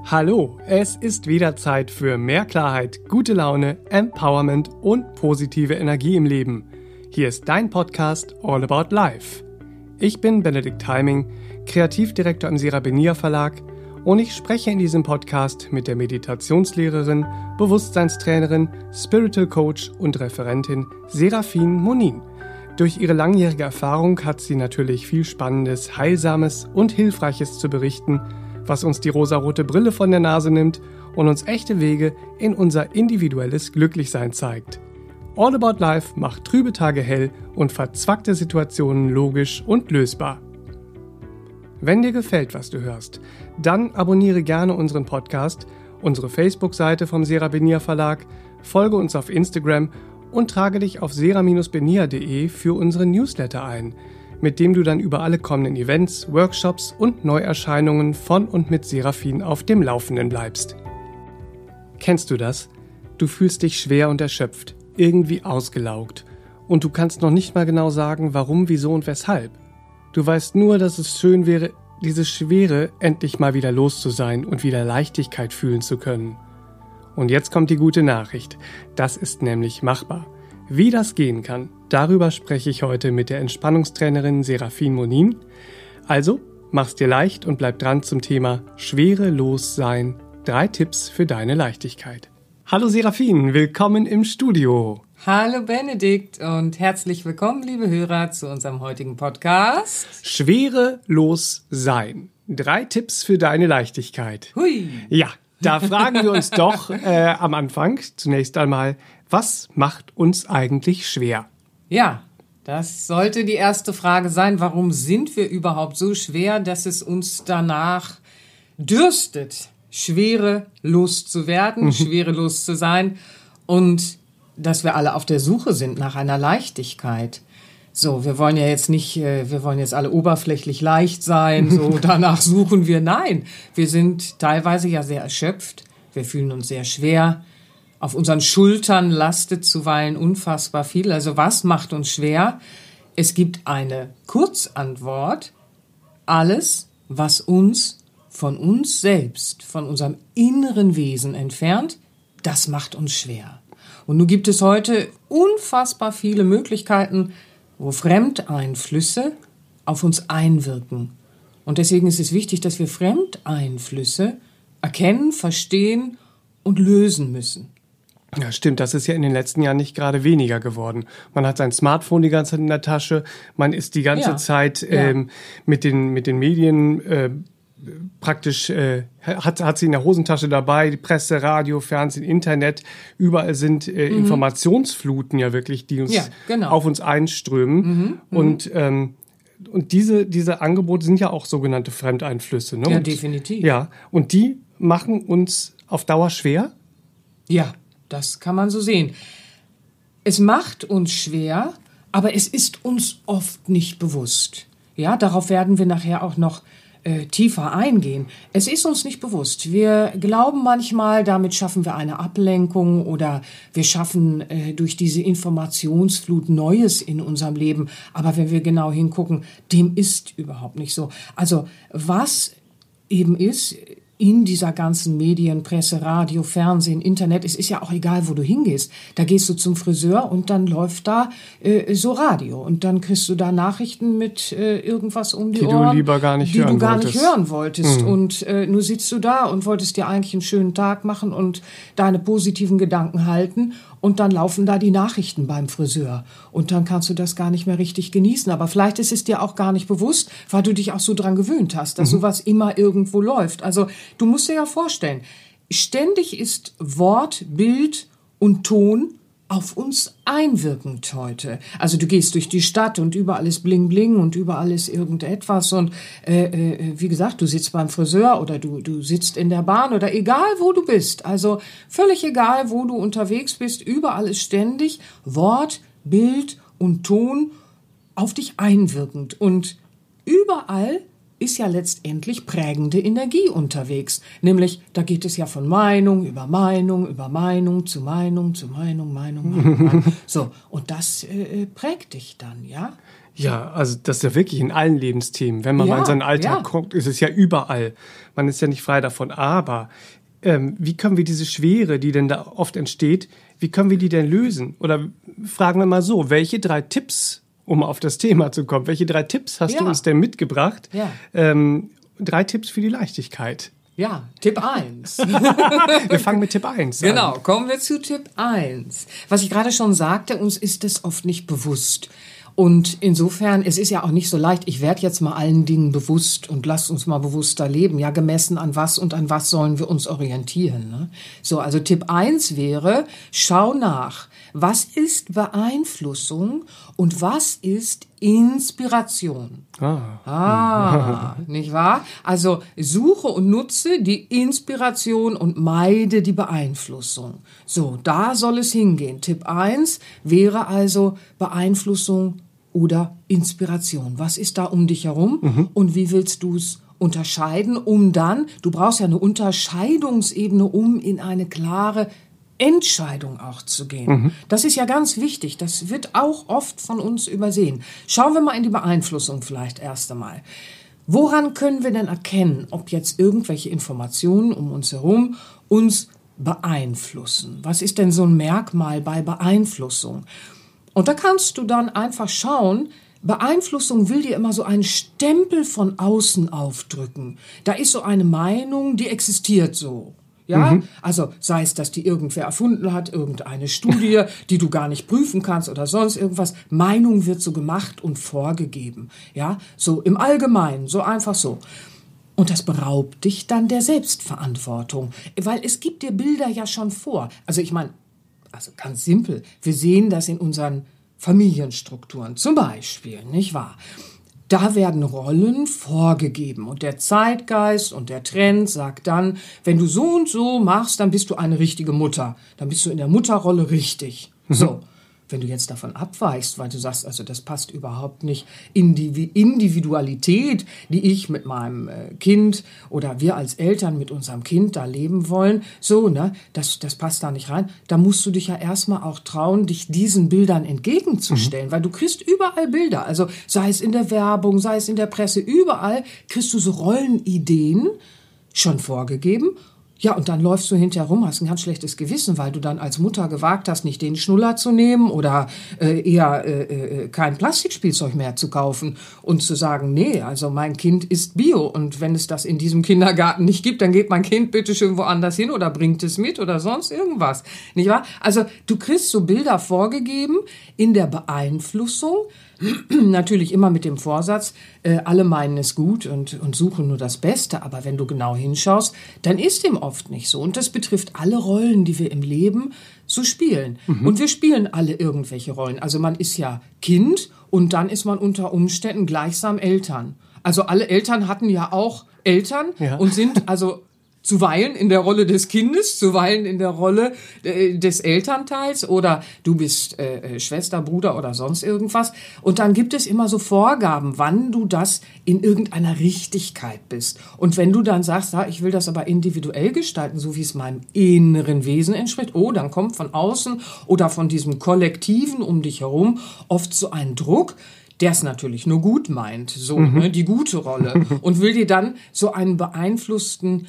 Hallo, es ist wieder Zeit für mehr Klarheit, gute Laune, Empowerment und positive Energie im Leben. Hier ist dein Podcast All About Life. Ich bin Benedikt Heiming, Kreativdirektor im Serabenia Verlag und ich spreche in diesem Podcast mit der Meditationslehrerin, Bewusstseinstrainerin, Spiritual Coach und Referentin Serafin Monin. Durch ihre langjährige Erfahrung hat sie natürlich viel Spannendes, Heilsames und Hilfreiches zu berichten, was uns die rosarote Brille von der Nase nimmt und uns echte Wege in unser individuelles Glücklichsein zeigt. All About Life macht trübe Tage hell und verzwackte Situationen logisch und lösbar. Wenn dir gefällt, was du hörst, dann abonniere gerne unseren Podcast, unsere Facebook-Seite vom Serabenia Verlag, folge uns auf Instagram und trage dich auf sera-benia.de für unseren Newsletter ein, mit dem du dann über alle kommenden Events, Workshops und Neuerscheinungen von und mit Serafin auf dem Laufenden bleibst. Kennst du das? Du fühlst dich schwer und erschöpft, irgendwie ausgelaugt und du kannst noch nicht mal genau sagen, warum, wieso und weshalb. Du weißt nur, dass es schön wäre, diese Schwere endlich mal wieder los zu sein und wieder Leichtigkeit fühlen zu können. Und jetzt kommt die gute Nachricht. Das ist nämlich machbar. Wie das gehen kann, darüber spreche ich heute mit der Entspannungstrainerin Serafin Monin. Also, mach's dir leicht und bleib dran zum Thema Schwerelos sein. 3 Tipps für deine Leichtigkeit. Hallo Serafin, willkommen im Studio. Hallo Benedikt und herzlich willkommen, liebe Hörer, zu unserem heutigen Podcast. Schwerelos sein. 3 Tipps für deine Leichtigkeit. Hui! Ja, da fragen wir uns doch am Anfang zunächst einmal, was macht uns eigentlich schwer? Ja, das sollte die erste Frage sein. Warum sind wir überhaupt so schwer, dass es uns danach dürstet, schwerelos zu werden, schwerelos zu sein und dass wir alle auf der Suche sind nach einer Leichtigkeit. So, wir wollen jetzt alle oberflächlich leicht sein, so danach suchen wir. Nein, wir sind teilweise ja sehr erschöpft, wir fühlen uns sehr schwer. Auf unseren Schultern lastet zuweilen unfassbar viel. Also was macht uns schwer? Es gibt eine Kurzantwort. Alles, was uns von uns selbst, von unserem inneren Wesen entfernt, das macht uns schwer. Und nun gibt es heute unfassbar viele Möglichkeiten, wo Fremdeinflüsse auf uns einwirken. Und deswegen ist es wichtig, dass wir Fremdeinflüsse erkennen, verstehen und lösen müssen. Ja, stimmt. Das ist ja in den letzten Jahren nicht gerade weniger geworden. Man hat sein Smartphone die ganze Zeit in der Tasche. Man ist die ganze Zeit mit den Medien praktisch hat sie in der Hosentasche dabei. Die Presse, Radio, Fernsehen, Internet. Überall sind Informationsfluten ja wirklich, die uns auf uns einströmen. Und diese Angebote sind ja auch sogenannte Fremdeinflüsse. Ne? Ja, definitiv. Ja, und die machen uns auf Dauer schwer? Ja. Das kann man so sehen. Es macht uns schwer, aber es ist uns oft nicht bewusst. Ja, darauf werden wir nachher auch noch tiefer eingehen. Es ist uns nicht bewusst. Wir glauben manchmal, damit schaffen wir eine Ablenkung oder wir schaffen durch diese Informationsflut Neues in unserem Leben. Aber wenn wir genau hingucken, dem ist überhaupt nicht so. Also was eben ist in dieser ganzen Medien, Presse, Radio, Fernsehen, Internet, es ist ja auch egal, wo du hingehst. Da gehst du zum Friseur und dann läuft da so Radio und dann kriegst du da Nachrichten mit irgendwas um die Ohren, die du lieber gar nicht hören wolltest. Und nur sitzt du da und wolltest dir eigentlich einen schönen Tag machen und deine positiven Gedanken halten und dann laufen da die Nachrichten beim Friseur und dann kannst du das gar nicht mehr richtig genießen. Aber vielleicht ist es dir auch gar nicht bewusst, weil du dich auch so dran gewöhnt hast, dass sowas immer irgendwo läuft. Also du musst dir ja vorstellen, ständig ist Wort, Bild und Ton auf uns einwirkend heute. Also du gehst durch die Stadt und überall ist Bling Bling und überall ist irgendetwas und wie gesagt, du sitzt beim Friseur oder du sitzt in der Bahn oder egal wo du bist, also völlig egal wo du unterwegs bist, überall ist ständig Wort, Bild und Ton auf dich einwirkend und überall ist ja letztendlich prägende Energie unterwegs. Nämlich, da geht es ja von Meinung, über Meinung, über Meinung, zu Meinung, zu Meinung, Meinung. So, und das prägt dich dann, ja? Ja, also das ist ja wirklich in allen Lebensthemen. Wenn man mal in seinen Alltag guckt, ist es ja überall. Man ist ja nicht frei davon. Aber wie können wir diese Schwere, die denn da oft entsteht, wie können wir die denn lösen? Oder fragen wir mal so, welche 3 Tipps, um auf das Thema zu kommen, welche 3 Tipps hast du uns denn mitgebracht? Ja. 3 Tipps für die Leichtigkeit. Ja, Tipp 1. Wir fangen mit Tipp 1 an. Genau, kommen wir zu Tipp 1. Was ich gerade schon sagte, uns ist es oft nicht bewusst. Und insofern, es ist ja auch nicht so leicht, ich werde jetzt mal allen Dingen bewusst und lasst uns mal bewusster leben. Ja, gemessen an was und an was sollen wir uns orientieren. Ne? So, also Tipp 1 wäre, schau nach, was ist Beeinflussung und was ist Inspiration? Nicht wahr? Also suche und nutze die Inspiration und meide die Beeinflussung. So, da soll es hingehen. Tipp 1 wäre also Beeinflussung oder Inspiration. Was ist da um dich herum und wie willst du es unterscheiden, du brauchst ja eine Unterscheidungsebene, um in eine klare Entscheidung auch zu gehen. Das ist ja ganz wichtig. Das wird auch oft von uns übersehen. Schauen wir mal in die Beeinflussung vielleicht erst einmal. Woran können wir denn erkennen, ob jetzt irgendwelche Informationen um uns herum uns beeinflussen? Was ist denn so ein Merkmal bei Beeinflussung? Und da kannst du dann einfach schauen, Beeinflussung will dir immer so einen Stempel von außen aufdrücken. Da ist so eine Meinung, die existiert so. Ja, also sei es, dass die irgendwer erfunden hat, irgendeine Studie, die du gar nicht prüfen kannst oder sonst irgendwas. Meinung wird so gemacht und vorgegeben. Ja, so im Allgemeinen, so einfach so. Und das beraubt dich dann der Selbstverantwortung, weil es gibt dir Bilder ja schon vor. Also ich meine, also ganz simpel, wir sehen das in unseren Familienstrukturen zum Beispiel, nicht wahr? Da werden Rollen vorgegeben und der Zeitgeist und der Trend sagt dann, wenn du so und so machst, dann bist du eine richtige Mutter. Dann bist du in der Mutterrolle richtig. So, wenn du jetzt davon abweichst, weil du sagst, also das passt überhaupt nicht in die Individualität, die ich mit meinem Kind oder wir als Eltern mit unserem Kind da leben wollen, so, ne, das passt da nicht rein. Da musst du dich ja erstmal auch trauen, dich diesen Bildern entgegenzustellen, weil du kriegst überall Bilder, also sei es in der Werbung, sei es in der Presse, überall kriegst du so Rollenideen schon vorgegeben. Ja, und dann läufst du hinterher rum, hast ein ganz schlechtes Gewissen, weil du dann als Mutter gewagt hast, nicht den Schnuller zu nehmen oder kein Plastikspielzeug mehr zu kaufen und zu sagen, nee, also mein Kind ist Bio und wenn es das in diesem Kindergarten nicht gibt, dann geht mein Kind bitte schön woanders hin oder bringt es mit oder sonst irgendwas, nicht wahr? Also du kriegst so Bilder vorgegeben in der Beeinflussung, natürlich immer mit dem Vorsatz, alle meinen es gut und suchen nur das Beste. Aber wenn du genau hinschaust, dann ist dem oft nicht so. Und das betrifft alle Rollen, die wir im Leben so spielen. Und wir spielen alle irgendwelche Rollen. Also man ist ja Kind und dann ist man unter Umständen gleichsam Eltern. Also alle Eltern hatten ja auch Eltern und sind also zuweilen in der Rolle des Kindes, zuweilen in der Rolle des Elternteils oder du bist Schwester, Bruder oder sonst irgendwas. Und dann gibt es immer so Vorgaben, wann du das in irgendeiner Richtigkeit bist. Und wenn du dann sagst, ja, ich will das aber individuell gestalten, so wie es meinem inneren Wesen entspricht, dann kommt von außen oder von diesem Kollektiven um dich herum oft so ein Druck, der es natürlich nur gut meint, so die gute Rolle und will dir dann so einen beeinflussenden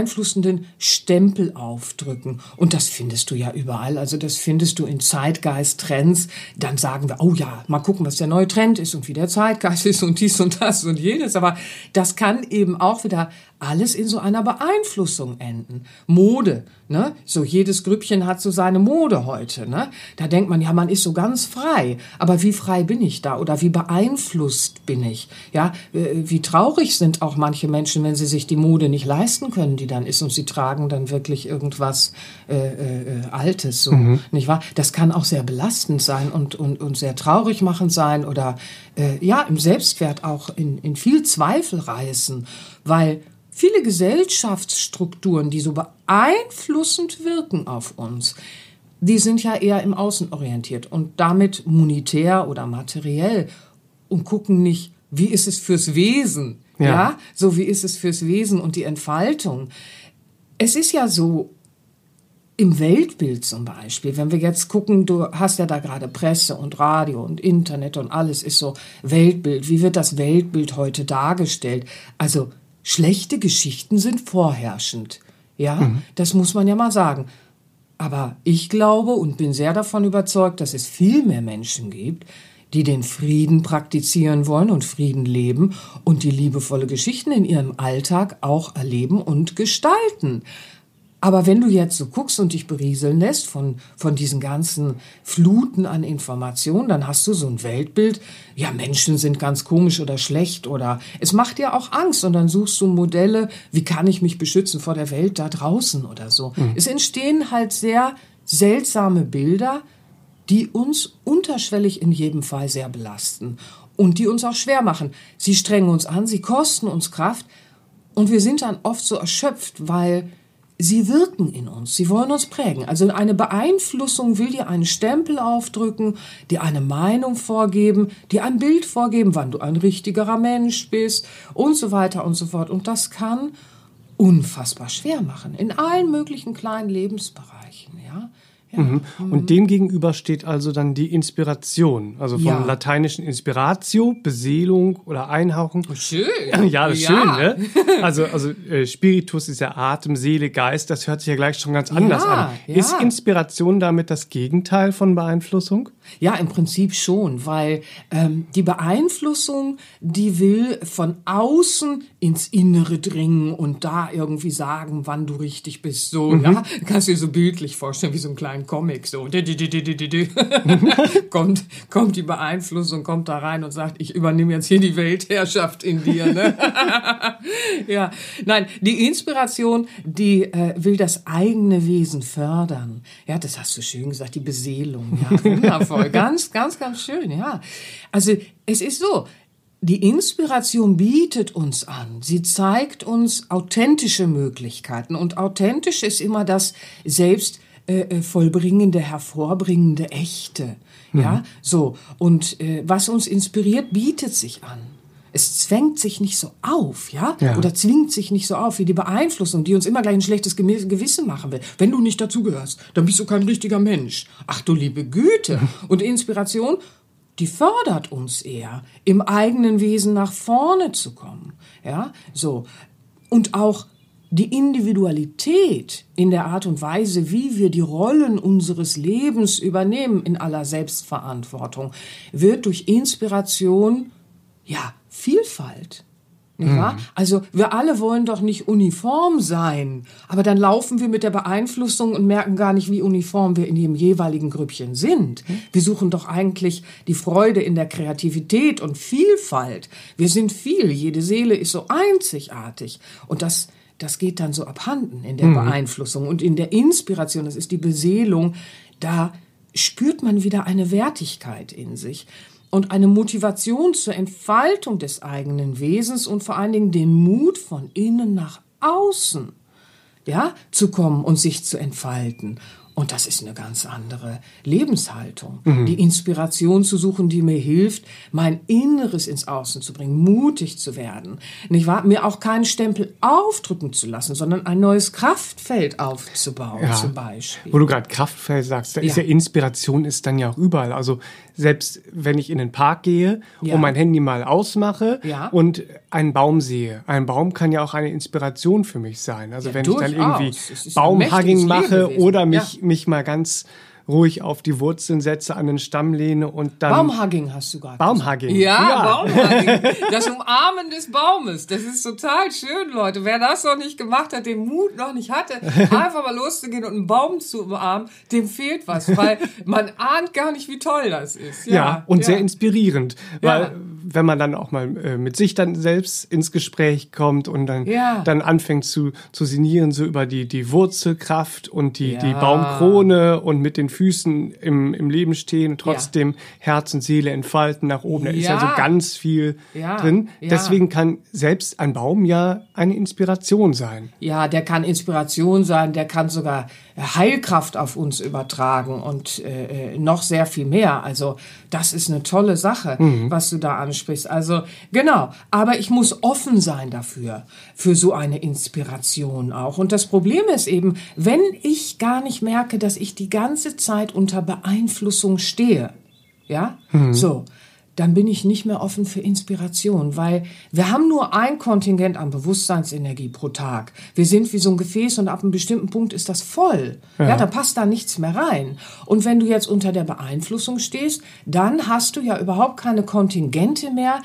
Stempel aufdrücken. Und das findest du ja überall. Also das findest du in Zeitgeist-Trends. Dann sagen wir, oh ja, mal gucken, was der neue Trend ist und wie der Zeitgeist ist und dies und das und jenes. Aber das kann eben auch wieder alles in so einer Beeinflussung enden. Mode, ne? So jedes Grüppchen hat so seine Mode heute, ne? Da denkt man, ja, man ist so ganz frei. Aber wie frei bin ich da? Oder wie beeinflusst bin ich? Ja, wie traurig sind auch manche Menschen, wenn sie sich die Mode nicht leisten können, die dann ist und sie tragen dann wirklich irgendwas Altes, so, nicht wahr? Das kann auch sehr belastend sein und sehr traurig machend sein oder im Selbstwert auch in viel Zweifel reißen, weil viele Gesellschaftsstrukturen, die so beeinflussend wirken auf uns, die sind ja eher im Außen orientiert und damit monetär oder materiell und gucken nicht, wie ist es fürs Wesen, so wie ist es fürs Wesen und die Entfaltung. Es ist ja so, im Weltbild zum Beispiel, wenn wir jetzt gucken, du hast ja da gerade Presse und Radio und Internet und alles ist so Weltbild. Wie wird das Weltbild heute dargestellt? Also schlechte Geschichten sind vorherrschend. Ja, das muss man ja mal sagen. Aber ich glaube und bin sehr davon überzeugt, dass es viel mehr Menschen gibt, die den Frieden praktizieren wollen und Frieden leben und die liebevolle Geschichten in ihrem Alltag auch erleben und gestalten. Aber wenn du jetzt so guckst und dich berieseln lässt von diesen ganzen Fluten an Informationen, dann hast du so ein Weltbild, ja, Menschen sind ganz komisch oder schlecht oder es macht dir auch Angst und dann suchst du Modelle, wie kann ich mich beschützen vor der Welt da draußen oder so. Es entstehen halt sehr seltsame Bilder, die uns unterschwellig in jedem Fall sehr belasten und die uns auch schwer machen. Sie strengen uns an, sie kosten uns Kraft und wir sind dann oft so erschöpft, weil sie wirken in uns, sie wollen uns prägen. Also eine Beeinflussung will dir einen Stempel aufdrücken, dir eine Meinung vorgeben, dir ein Bild vorgeben, wann du ein richtigerer Mensch bist und so weiter und so fort. Und das kann unfassbar schwer machen, in allen möglichen kleinen Lebensbereichen, ja. Ja. Und dem gegenüber steht also dann die Inspiration, also vom lateinischen Inspiratio, Beseelung oder Einhauchen. Schön. Ja, das ist schön, ne? Also Spiritus ist ja Atem, Seele, Geist, das hört sich ja gleich schon ganz anders an. Ja. Ist Inspiration damit das Gegenteil von Beeinflussung? Ja, im Prinzip schon, weil die Beeinflussung, die will von außen ins Innere dringen und da irgendwie sagen, wann du richtig bist. So, ja, kannst du dir so bildlich vorstellen, wie so einen kleinen Comic. So, kommt die Beeinflussung, kommt da rein und sagt, ich übernehme jetzt hier die Weltherrschaft in dir. Ne? Ja, nein, die Inspiration, die will das eigene Wesen fördern. Ja, das hast du schön gesagt, die Beseelung. Ja, wundervoll, ganz, ganz, ganz schön. Ja, also es ist so. Die Inspiration bietet uns an. Sie zeigt uns authentische Möglichkeiten. Und authentisch ist immer das Selbstvollbringende, hervorbringende, Echte. Ja, so. Und was uns inspiriert, bietet sich an. Es zwängt sich nicht so auf, ja? Oder zwingt sich nicht so auf wie die Beeinflussung, die uns immer gleich ein schlechtes Gewissen machen will. Wenn du nicht dazugehörst, dann bist du kein richtiger Mensch. Ach du liebe Güte. Und Inspiration, die fördert uns eher, im eigenen Wesen nach vorne zu kommen. Ja, so. Und auch die Individualität in der Art und Weise, wie wir die Rollen unseres Lebens übernehmen in aller Selbstverantwortung, wird durch Inspiration, ja, Vielfalt. Nicht wahr? Also wir alle wollen doch nicht uniform sein, aber dann laufen wir mit der Beeinflussung und merken gar nicht, wie uniform wir in dem jeweiligen Grüppchen sind. Wir suchen doch eigentlich die Freude in der Kreativität und Vielfalt. Wir sind viel, jede Seele ist so einzigartig und das geht dann so abhanden in der Beeinflussung und in der Inspiration, das ist die Beseelung, da spürt man wieder eine Wertigkeit in sich. Und eine Motivation zur Entfaltung des eigenen Wesens und vor allen Dingen den Mut von innen nach außen, ja, zu kommen und sich zu entfalten. Und das ist eine ganz andere Lebenshaltung. Die Inspiration zu suchen, die mir hilft, mein Inneres ins Außen zu bringen, mutig zu werden. Nicht wahr? Mir auch keinen Stempel aufdrücken zu lassen, sondern ein neues Kraftfeld aufzubauen, zum Beispiel. Wo du gerade Kraftfeld sagst, da ist ja Inspiration ist dann ja auch überall. Also selbst wenn ich in den Park gehe und mein Handy mal ausmache und einen Baum sehe. Ein Baum kann ja auch eine Inspiration für mich sein. Also wenn ich dann irgendwie Baumhugging mache oder mich mal ganz ruhig auf die Wurzeln setze, an den Stamm lehne und dann... Baumhugging hast du gerade. Baumhugging. Ja, Baumhugging. Das Umarmen des Baumes. Das ist total schön, Leute. Wer das noch nicht gemacht hat, den Mut noch nicht hatte, einfach mal loszugehen und einen Baum zu umarmen, dem fehlt was, weil man ahnt gar nicht, wie toll das ist. Sehr inspirierend, weil wenn man dann auch mal mit sich dann selbst ins Gespräch kommt und dann anfängt zu sinnieren, so über die Wurzelkraft und die Baumkrone und mit den Füßen im Leben stehen und trotzdem Herz und Seele entfalten nach oben. Da ist ja so ganz viel drin. Deswegen kann selbst ein Baum ja eine Inspiration sein. Ja, der kann Inspiration sein, der kann sogar Heilkraft auf uns übertragen und noch sehr viel mehr. Also das ist eine tolle Sache, was du da ansprichst. ansprichst. Also genau, aber ich muss offen sein dafür, für so eine Inspiration auch. Und das Problem ist eben, wenn ich gar nicht merke, dass ich die ganze Zeit unter Beeinflussung stehe, ja, so, dann bin ich nicht mehr offen für Inspiration, weil wir haben nur ein Kontingent an Bewusstseinsenergie pro Tag. Wir sind wie so ein Gefäß und ab einem bestimmten Punkt ist das voll. Ja, da passt da nichts mehr rein. Und wenn du jetzt unter der Beeinflussung stehst, dann hast du ja überhaupt keine Kontingente mehr,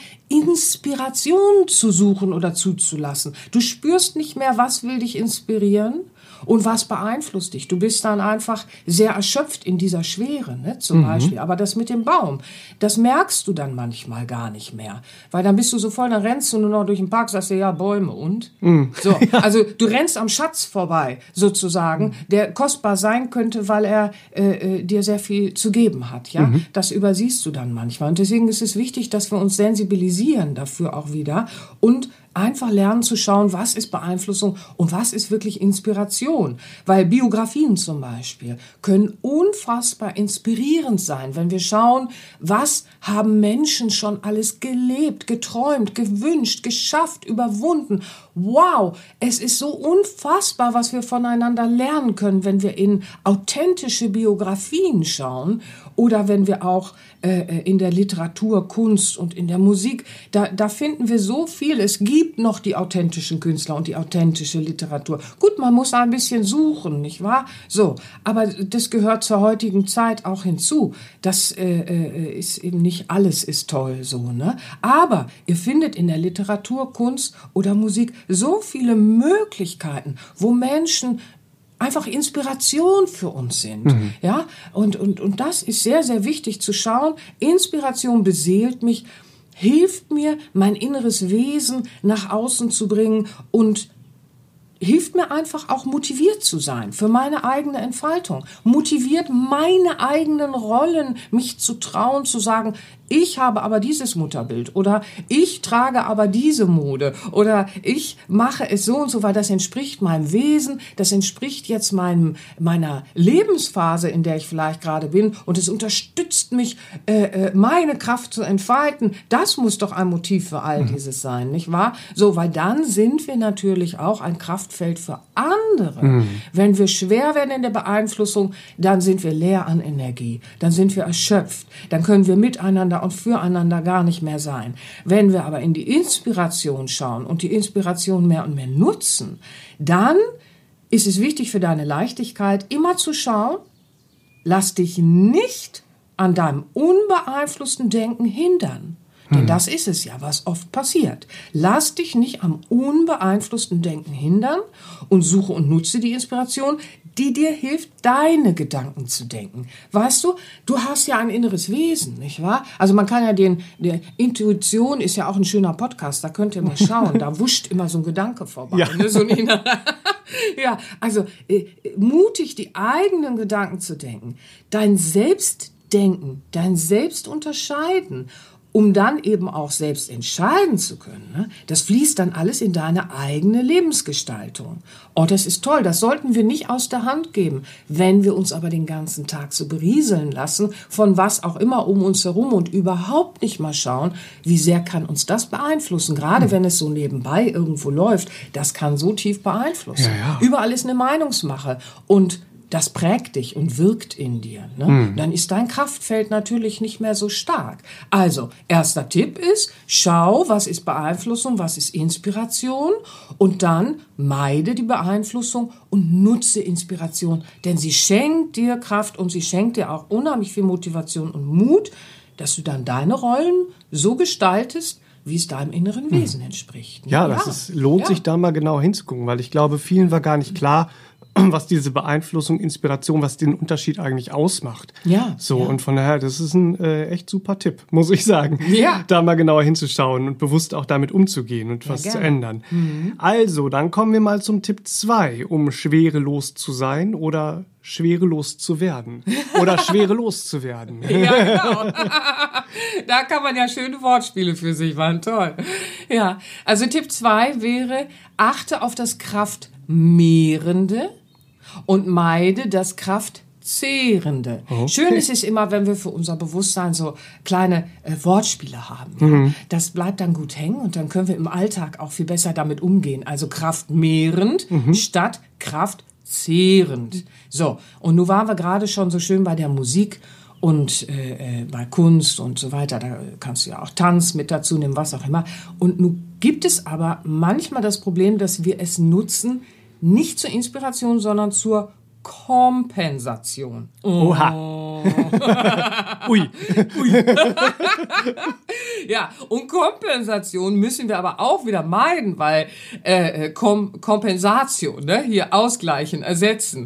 Inspiration zu suchen oder zuzulassen. Du spürst nicht mehr, was will dich inspirieren und was beeinflusst dich. Du bist dann einfach sehr erschöpft in dieser Schwere, ne, zum Beispiel. Aber das mit dem Baum, das merkst du dann manchmal gar nicht mehr. Weil dann bist du so voll, dann rennst du nur noch durch den Park, sagst dir, ja, Bäume und? So, also du rennst am Schatz vorbei, sozusagen, der kostbar sein könnte, weil er dir sehr viel zu geben hat. Ja, das übersiehst du dann manchmal. Und deswegen ist es wichtig, dass wir uns sensibilisieren dafür auch wieder und einfach lernen zu schauen, was ist Beeinflussung und was ist wirklich Inspiration. Weil Biografien zum Beispiel können unfassbar inspirierend sein, wenn wir schauen, was haben Menschen schon alles gelebt, geträumt, gewünscht, geschafft, überwunden. Wow, es ist so unfassbar, was wir voneinander lernen können, wenn wir in authentische Biografien schauen oder wenn wir auch in der Literatur, Kunst und in der Musik, da finden wir so viel. Es gibt noch die authentischen Künstler und die authentische Literatur. Gut, man muss ein bisschen suchen, nicht wahr? So, aber das gehört zur heutigen Zeit auch hinzu. Das ist eben nicht alles ist toll so, ne? Aber ihr findet in der Literatur, Kunst oder Musik so viele Möglichkeiten, wo Menschen einfach Inspiration für uns sind, ja, und das ist sehr, sehr wichtig zu schauen. Inspiration beseelt mich, hilft mir, mein inneres Wesen nach außen zu bringen und hilft mir einfach auch motiviert zu sein für meine eigene Entfaltung, motiviert meine eigenen Rollen, mich zu trauen, zu sagen, ich habe aber dieses Mutterbild oder ich trage aber diese Mode oder ich mache es so und so, weil das entspricht meinem Wesen, das entspricht jetzt meiner Lebensphase, in der ich vielleicht gerade bin und es unterstützt mich, meine Kraft zu entfalten. Das muss doch ein Motiv für all dieses sein, nicht wahr? So, weil dann sind wir natürlich auch ein Kraftfeld für andere. Wenn wir schwer werden in der Beeinflussung, dann sind wir leer an Energie, dann sind wir erschöpft, dann können wir miteinander und füreinander gar nicht mehr sein. Wenn wir aber in die Inspiration schauen und die Inspiration mehr und mehr nutzen, dann ist es wichtig für deine Leichtigkeit, immer zu schauen, lass dich nicht an deinem unbeeinflussten Denken hindern. Denn das ist es ja, was oft passiert. Lass dich nicht am unbeeinflussten Denken hindern und suche und nutze die Inspiration, die dir hilft, deine Gedanken zu denken. Weißt du, du hast ja ein inneres Wesen, nicht wahr? Also man kann ja der Intuition ist ja auch ein schöner Podcast, da könnt ihr mal schauen, da wuscht immer so ein Gedanke vorbei. Ja. Ne? So ja, also mutig die eigenen Gedanken zu denken, dein Selbstdenken, dein Selbstunterscheiden, um dann eben auch selbst entscheiden zu können. Ne? Das fließt dann alles in deine eigene Lebensgestaltung. Oh, das ist toll, das sollten wir nicht aus der Hand geben. Wenn wir uns aber den ganzen Tag so berieseln lassen, von was auch immer um uns herum und überhaupt nicht mal schauen, wie sehr kann uns das beeinflussen, gerade wenn es so nebenbei irgendwo läuft, das kann so tief beeinflussen. Ja. Überall ist eine Meinungsmache und das prägt dich und wirkt in dir. Ne? Dann ist dein Kraftfeld natürlich nicht mehr so stark. Also, erster Tipp ist, schau, was ist Beeinflussung, was ist Inspiration und dann meide die Beeinflussung und nutze Inspiration, denn sie schenkt dir Kraft und sie schenkt dir auch unheimlich viel Motivation und Mut, dass du dann deine Rollen so gestaltest, wie es deinem inneren Wesen entspricht. Ne? Ja, lohnt sich da mal genau hinzugucken, weil ich glaube, vielen war gar nicht klar, was diese Beeinflussung, Inspiration, was den Unterschied eigentlich ausmacht. Ja. So, ja. und von daher, das ist ein echt super Tipp, muss ich sagen. Ja. Da mal genauer hinzuschauen und bewusst auch damit umzugehen und was zu ändern. Also, dann kommen wir mal zum Tipp 2, um schwerelos zu sein oder schwerelos zu werden. Oder schwerelos zu werden. Ja, genau. Da kann man ja schöne Wortspiele für sich machen. Toll. Ja, also Tipp 2 wäre, achte auf das Kraftmehrende und meide das Kraftzehrende. Kraftzehrende. Okay. Schön ist es immer, wenn wir für unser Bewusstsein so kleine Wortspiele haben. Ja? Das bleibt dann gut hängen und dann können wir im Alltag auch viel besser damit umgehen. Also kraftmehrend statt kraftzehrend. So, und nun waren wir gerade schon so schön bei der Musik und bei Kunst und so weiter. Da kannst du ja auch Tanz mit dazu nehmen, was auch immer. Und nun gibt es aber manchmal das Problem, dass wir es nutzen, nicht zur Inspiration, sondern zur Kompensation. Oha. Ui. Ja, und Kompensation müssen wir aber auch wieder meiden, weil Kompensation, ne, hier ausgleichen, ersetzen.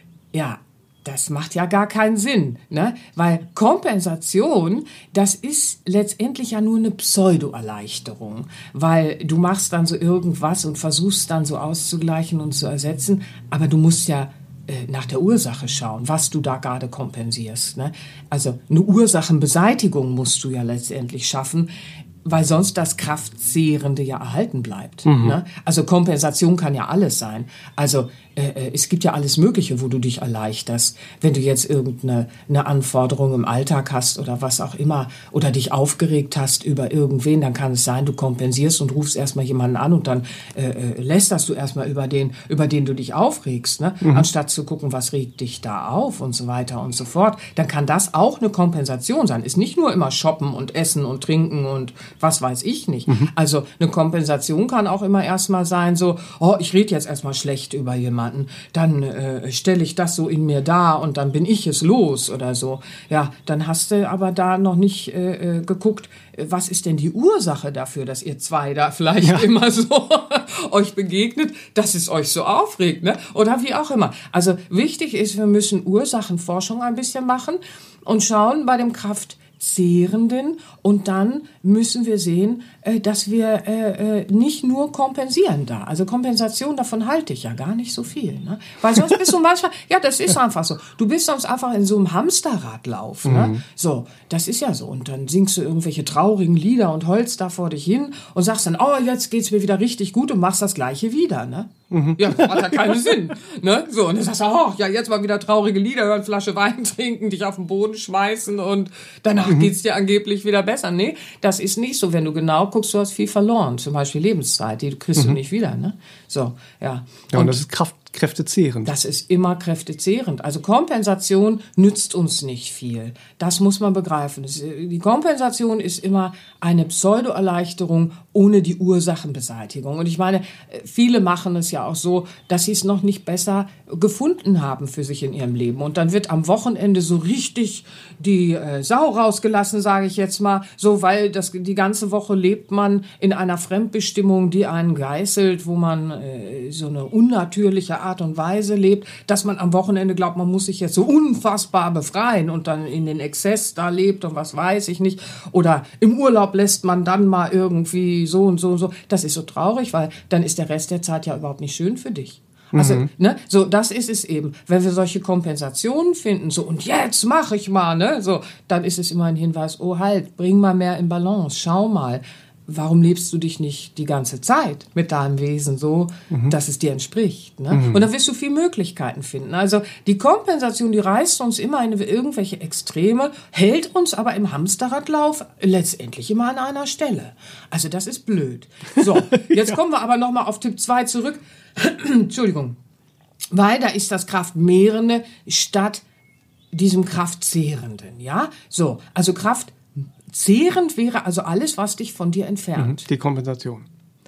Ja, das macht ja gar keinen Sinn, ne? Weil Kompensation, das ist letztendlich ja nur eine Pseudo-Erleichterung, weil du machst dann so irgendwas und versuchst dann so auszugleichen und zu ersetzen, aber du musst ja nach der Ursache schauen, was du da gerade kompensierst, ne? Also eine Ursachenbeseitigung musst du ja letztendlich schaffen, weil sonst das Kraftzehrende ja erhalten bleibt. Ne? Also Kompensation kann ja alles sein. Also es gibt ja alles Mögliche, wo du dich erleichterst. Wenn du jetzt irgendeine Anforderung im Alltag hast oder was auch immer oder dich aufgeregt hast über irgendwen, dann kann es sein, du kompensierst und rufst erstmal jemanden an und dann lästerst du erstmal über den du dich aufregst, ne? Anstatt zu gucken, was regt dich da auf und so weiter und so fort. Dann kann das auch eine Kompensation sein. Ist nicht nur immer shoppen und essen und trinken und was weiß ich nicht. Also eine Kompensation kann auch immer erstmal sein, so, oh, ich rede jetzt erstmal schlecht über jemanden, dann stelle ich das so in mir dar und dann bin ich es los oder so. Ja, dann hast du aber da noch nicht geguckt, was ist denn die Ursache dafür, dass ihr zwei da vielleicht immer so euch begegnet, dass es euch so aufregt, ne? Oder wie auch immer. Also wichtig ist, wir müssen Ursachenforschung ein bisschen machen und schauen bei dem Kraftzehrenden und dann müssen wir sehen, dass wir nicht nur kompensieren da. Also Kompensation, davon halte ich ja gar nicht so viel. Ne? Weil sonst bist du manchmal, ja, das ist einfach so. Du bist sonst einfach in so einem Hamsterradlauf. Ne? So, das ist ja so. Und dann singst du irgendwelche traurigen Lieder und heulst da vor dich hin und sagst dann, oh, jetzt geht's mir wieder richtig gut und machst das Gleiche wieder. Ne? Ja, das hat ja keinen Sinn. Ne? So, und dann sagst du, oh, ja, jetzt mal wieder traurige Lieder hören, Flasche Wein trinken, dich auf den Boden schmeißen und danach geht's dir angeblich wieder besser. Nee, das ist nicht so. Wenn du genau guckst, du hast viel verloren. Zum Beispiel Lebenszeit, die kriegst du nicht wieder. Ne? So, ja. Ja, und das ist kräftezehrend. Das ist immer kräftezehrend. Also Kompensation nützt uns nicht viel. Das muss man begreifen. Die Kompensation ist immer eine Pseudo-Erleichterung ohne die Ursachenbeseitigung. Und ich meine, viele machen es ja auch so, dass sie es noch nicht besser gefunden haben für sich in ihrem Leben. Und dann wird am Wochenende so richtig die Sau rausgelassen, sage ich jetzt mal, so, weil die ganze Woche lebt man in einer Fremdbestimmung, die einen geißelt, wo man so eine unnatürliche Art und Weise lebt, dass man am Wochenende glaubt, man muss sich jetzt so unfassbar befreien und dann in den Exzess da lebt und was weiß ich nicht. Oder im Urlaub lässt man dann mal irgendwie so und so und so. Das ist so traurig, weil dann ist der Rest der Zeit ja überhaupt nicht schön für dich. Also, ne, so, das ist es eben. Wenn wir solche Kompensationen finden, so, und jetzt mache ich mal, ne, so, dann ist es immer ein Hinweis, oh, halt, bring mal mehr in Balance, schau mal. Warum lebst du dich nicht die ganze Zeit mit deinem Wesen so, dass es dir entspricht? Ne? Und dann wirst du viele Möglichkeiten finden. Also die Kompensation, die reißt uns immer in irgendwelche Extreme, hält uns aber im Hamsterradlauf letztendlich immer an einer Stelle. Also das ist blöd. So, jetzt kommen wir aber nochmal auf Tipp 2 zurück. Entschuldigung. Weil da ist das Kraftmehrende statt diesem Kraftzehrenden. Ja, so, also Kraftzehrend wäre also alles, was dich von dir entfernt. Die Kompensation.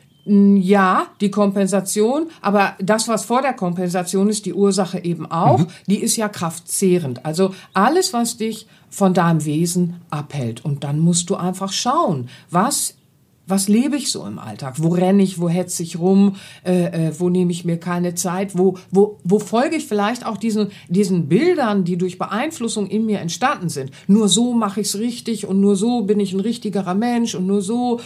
Ja, die Kompensation, aber das, was vor der Kompensation ist, die Ursache eben auch, die ist ja kraftzehrend. Also alles, was dich von deinem Wesen abhält. Und dann musst du einfach schauen, was lebe ich so im Alltag? Wo renne ich? Wo hetze ich rum? Wo nehme ich mir keine Zeit? Wo folge ich vielleicht auch diesen Bildern, die durch Beeinflussung in mir entstanden sind? Nur so mache ich es richtig und nur so bin ich ein richtigerer Mensch und nur so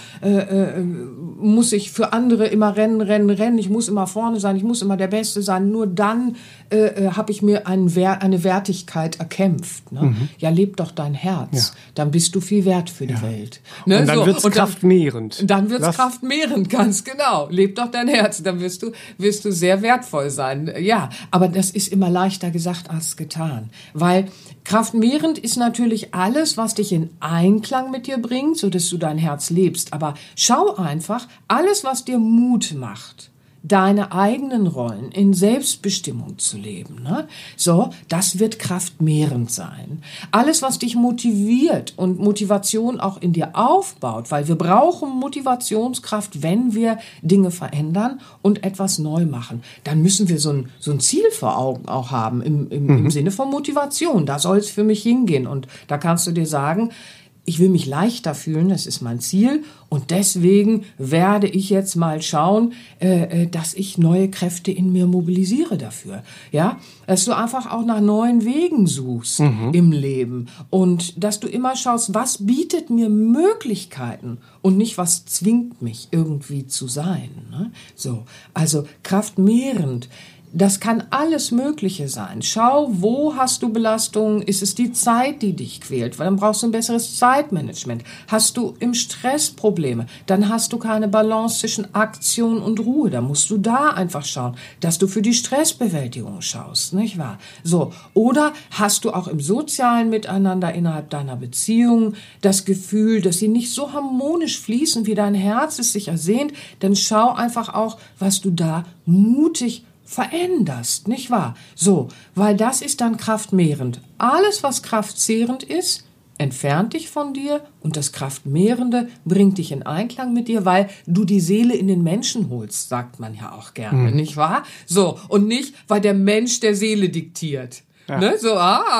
muss ich für andere immer rennen. Ich muss immer vorne sein, ich muss immer der Beste sein. Nur dann habe ich mir eine Wertigkeit erkämpft. Ne? Ja, leb doch dein Herz. Ja. Dann bist du viel wert für die Welt. Ne? Und dann wird es kraftmehrend. kraftmehrend. Dann wird's kraftmehrend, ganz genau. Leb doch dein Herz, dann wirst du sehr wertvoll sein. Ja, aber das ist immer leichter gesagt als getan. Weil kraftmehrend ist natürlich alles, was dich in Einklang mit dir bringt, sodass du dein Herz lebst. Aber schau einfach, alles, was dir Mut macht, deine eigenen Rollen in Selbstbestimmung zu leben, ne? So, das wird kraftmehrend sein. Alles, was dich motiviert und Motivation auch in dir aufbaut, weil wir brauchen Motivationskraft, wenn wir Dinge verändern und etwas neu machen. Dann müssen wir so ein Ziel vor Augen auch haben, im Sinne von Motivation. Da soll es für mich hingehen. Und da kannst du dir sagen, ich will mich leichter fühlen, das ist mein Ziel und deswegen werde ich jetzt mal schauen, dass ich neue Kräfte in mir mobilisiere dafür. Ja, dass du einfach auch nach neuen Wegen suchst im Leben und dass du immer schaust, was bietet mir Möglichkeiten und nicht, was zwingt mich irgendwie zu sein. Ne? So, also kraftmehrend. Das kann alles Mögliche sein. Schau, wo hast du Belastungen? Ist es die Zeit, die dich quält? Weil dann brauchst du ein besseres Zeitmanagement. Hast du im Stress Probleme? Dann hast du keine Balance zwischen Aktion und Ruhe. Da musst du da einfach schauen, dass du für die Stressbewältigung schaust, nicht wahr? So. Oder hast du auch im sozialen Miteinander innerhalb deiner Beziehung das Gefühl, dass sie nicht so harmonisch fließen, wie dein Herz es sich ersehnt? Dann schau einfach auch, was du da mutig veränderst, nicht wahr? So, weil das ist dann kraftmehrend. Alles, was kraftzehrend ist, entfernt dich von dir und das Kraftmehrende bringt dich in Einklang mit dir, weil du die Seele in den Menschen holst, sagt man ja auch gerne, nicht wahr? So, und nicht, weil der Mensch der Seele diktiert. Ja. Ne? So,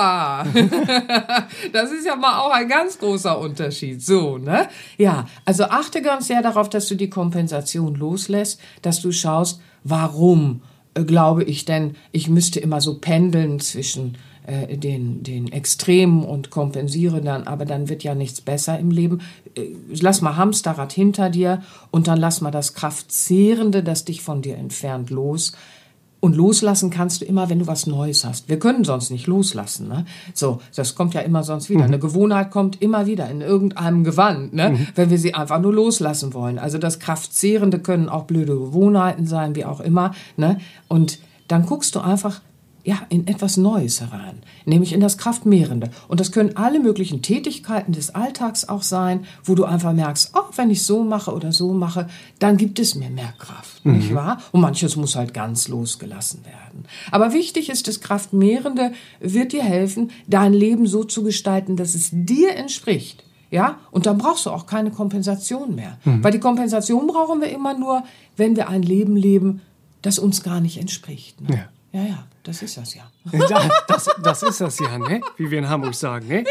das ist ja mal auch ein ganz großer Unterschied. So, ne? Ja, also achte ganz sehr darauf, dass du die Kompensation loslässt, dass du schaust, warum glaube ich denn, ich müsste immer so pendeln zwischen den Extremen und kompensiere dann, aber dann wird ja nichts besser im Leben. Lass mal Hamsterrad hinter dir und dann lass mal das Kraftzehrende, das dich von dir entfernt, los. Und loslassen kannst du immer, wenn du was Neues hast. Wir können sonst nicht loslassen, ne? So, das kommt ja immer sonst wieder. Eine Gewohnheit kommt immer wieder in irgendeinem Gewand, ne? Wenn wir sie einfach nur loslassen wollen. Also das Kraftzehrende können auch blöde Gewohnheiten sein, wie auch immer, ne? Und dann guckst du einfach, ja, in etwas Neues herein, nämlich in das Kraftmehrende. Und das können alle möglichen Tätigkeiten des Alltags auch sein, wo du einfach merkst, oh, wenn ich so mache oder so mache, dann gibt es mir mehr Kraft, nicht wahr? Und manches muss halt ganz losgelassen werden. Aber wichtig ist, das Kraftmehrende wird dir helfen, dein Leben so zu gestalten, dass es dir entspricht. Ja, und dann brauchst du auch keine Kompensation mehr. Weil die Kompensation brauchen wir immer nur, wenn wir ein Leben leben, das uns gar nicht entspricht. Ne? Ja, das ist das ja. Das ist das ja, ne? Wie wir in Hamburg sagen, ne?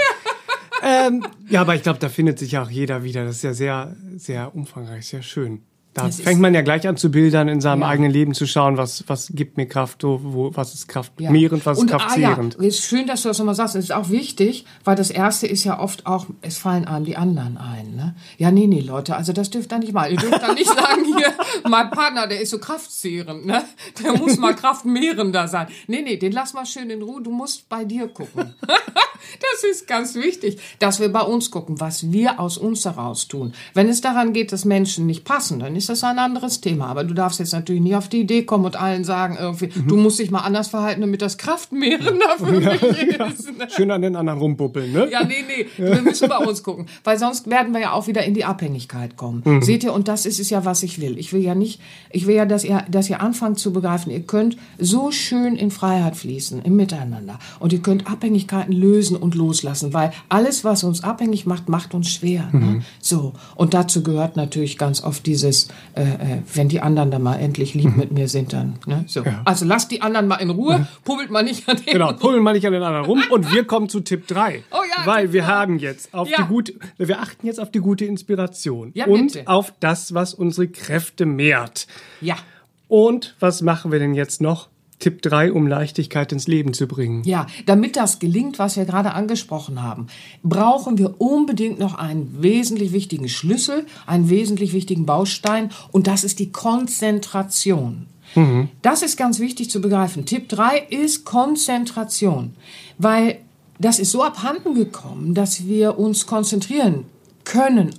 Ja, aber ich glaube, da findet sich ja auch jeder wieder. Das ist ja sehr, sehr umfangreich, sehr schön. Da fängt man ja gleich an zu bildern, in seinem eigenen Leben zu schauen, was gibt mir Kraft, was ist kraftmehrend, was ist kraftzehrend. Ja, ist schön, dass du das nochmal sagst. Das ist auch wichtig, weil das Erste ist ja oft auch, es fallen einem die anderen ein. Ne? Ja, nee, Leute, also das dürft ihr nicht mal. Ihr dürft dann nicht sagen, hier, mein Partner, der ist so kraftzehrend, ne? Der muss mal kraftmehrender sein. Nee, den lass mal schön in Ruhe, du musst bei dir gucken. Das ist ganz wichtig, dass wir bei uns gucken, was wir aus uns heraus tun. Wenn es daran geht, dass Menschen nicht passen, dann ist das ein anderes Thema. Aber du darfst jetzt natürlich nie auf die Idee kommen und allen sagen, irgendwie, du musst dich mal anders verhalten, damit das kraftmehrender für mich ist. Ne? Schön an den anderen rumbuppeln, ne? Ja, nee. Wir müssen bei uns gucken. Weil sonst werden wir ja auch wieder in die Abhängigkeit kommen. Seht ihr, und das ist es ja, was ich will. Ich will ja, dass ihr anfangt zu begreifen, ihr könnt so schön in Freiheit fließen, im Miteinander. Und ihr könnt Abhängigkeiten lösen und loslassen, weil alles, was uns abhängig macht, macht uns schwer. Ne? So. Und dazu gehört natürlich ganz oft dieses, wenn die anderen dann mal endlich lieb mit mir sind, dann. Ne? So. Ja. Also lasst die anderen mal in Ruhe, pummelt mal nicht an den Genau, pummelt mal nicht an den anderen rum. Und wir kommen zu Tipp 3. Oh ja, weil wir haben jetzt wir achten jetzt auf die gute Inspiration. Ja, und bitte. auf das, was unsere Kräfte mehrt. Ja. Und was machen wir denn jetzt noch? Tipp 3, um Leichtigkeit ins Leben zu bringen. Ja, damit das gelingt, was wir gerade angesprochen haben, brauchen wir unbedingt noch einen wesentlich wichtigen Schlüssel, einen wesentlich wichtigen Baustein, und das ist die Konzentration. Das ist ganz wichtig zu begreifen. Tipp 3 ist Konzentration, weil das ist so abhanden gekommen, dass wir uns konzentrieren können auf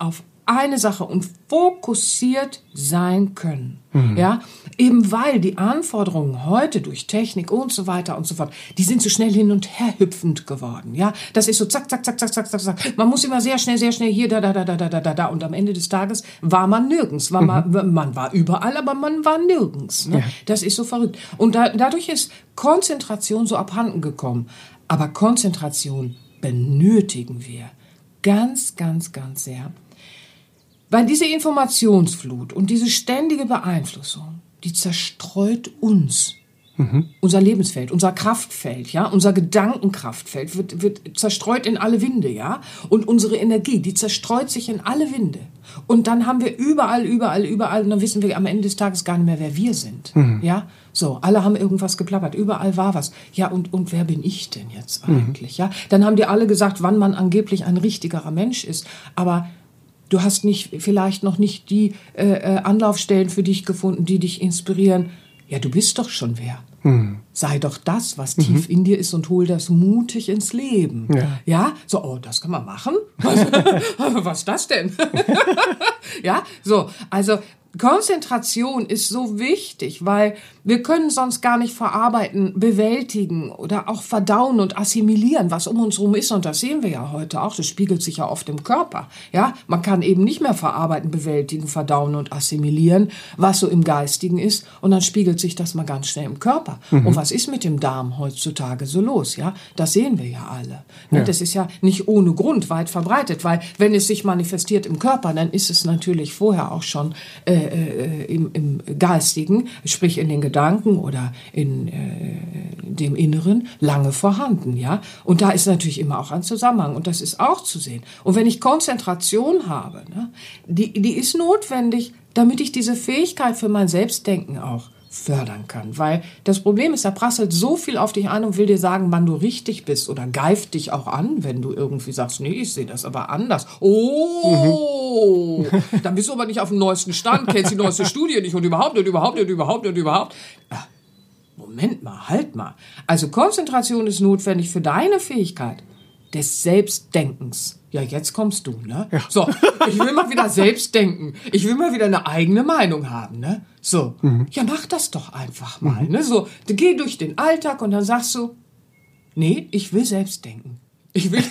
eine Sache und fokussiert sein können. Ja, eben weil die Anforderungen heute durch Technik und so weiter und so fort, die sind so schnell hin und her hüpfend geworden. Ja, das ist so zack, zack, zack, zack, zack, zack, zack. Man muss immer sehr schnell hier, da. Und am Ende des Tages war man nirgends. Man war überall, aber man war nirgends. Ne? Ja. Das ist so verrückt. Und dadurch ist Konzentration so abhanden gekommen. Aber Konzentration benötigen wir ganz, ganz, ganz sehr. Weil diese Informationsflut und diese ständige Beeinflussung, die zerstreut uns, unser Lebensfeld, unser Kraftfeld, ja, unser Gedankenkraftfeld wird zerstreut in alle Winde, ja, und unsere Energie, die zerstreut sich in alle Winde. Und dann haben wir überall, und dann wissen wir am Ende des Tages gar nicht mehr, wer wir sind, ja. So, alle haben irgendwas geplappert, überall war was. Ja, und wer bin ich denn jetzt eigentlich, ja? Dann haben die alle gesagt, wann man angeblich ein richtigerer Mensch ist, aber du hast vielleicht noch nicht die Anlaufstellen für dich gefunden, die dich inspirieren. Ja, du bist doch schon wer. Sei doch das, was tief in dir ist und hol das mutig ins Leben. Ja, so, oh, das kann man machen? Was ist das denn? Ja, so, also Konzentration ist so wichtig, weil wir können sonst gar nicht verarbeiten, bewältigen oder auch verdauen und assimilieren, was um uns herum ist. Und das sehen wir ja heute auch. Das spiegelt sich ja oft im Körper. Ja, man kann eben nicht mehr verarbeiten, bewältigen, verdauen und assimilieren, was so im Geistigen ist. Und dann spiegelt sich das mal ganz schnell im Körper. Und was ist mit dem Darm heutzutage so los? Ja, das sehen wir ja alle. Ja. Das ist ja nicht ohne Grund weit verbreitet, weil wenn es sich manifestiert im Körper, dann ist es natürlich vorher auch schon im Geistigen, sprich in den Gedanken oder in dem Inneren, lange vorhanden, ja. Und da ist natürlich immer auch ein Zusammenhang und das ist auch zu sehen. Und wenn ich Konzentration habe, ne, die ist notwendig, damit ich diese Fähigkeit für mein Selbstdenken auch fördern kann. Weil das Problem ist, da prasselt so viel auf dich ein und will dir sagen, wann du richtig bist oder geift dich auch an, wenn du irgendwie sagst, nee, ich sehe das aber anders. Oh, dann bist du aber nicht auf dem neuesten Stand, kennst die neueste Studie nicht und überhaupt. Moment mal, halt mal. Also Konzentration ist notwendig für deine Fähigkeit des Selbstdenkens. Ja, jetzt kommst du, ne? Ja. So, ich will mal wieder selbst denken. Ich will mal wieder eine eigene Meinung haben, ne? So, ja, mach das doch einfach mal, ne? So, geh durch den Alltag und dann sagst du, nee, ich will selbst denken. Ich will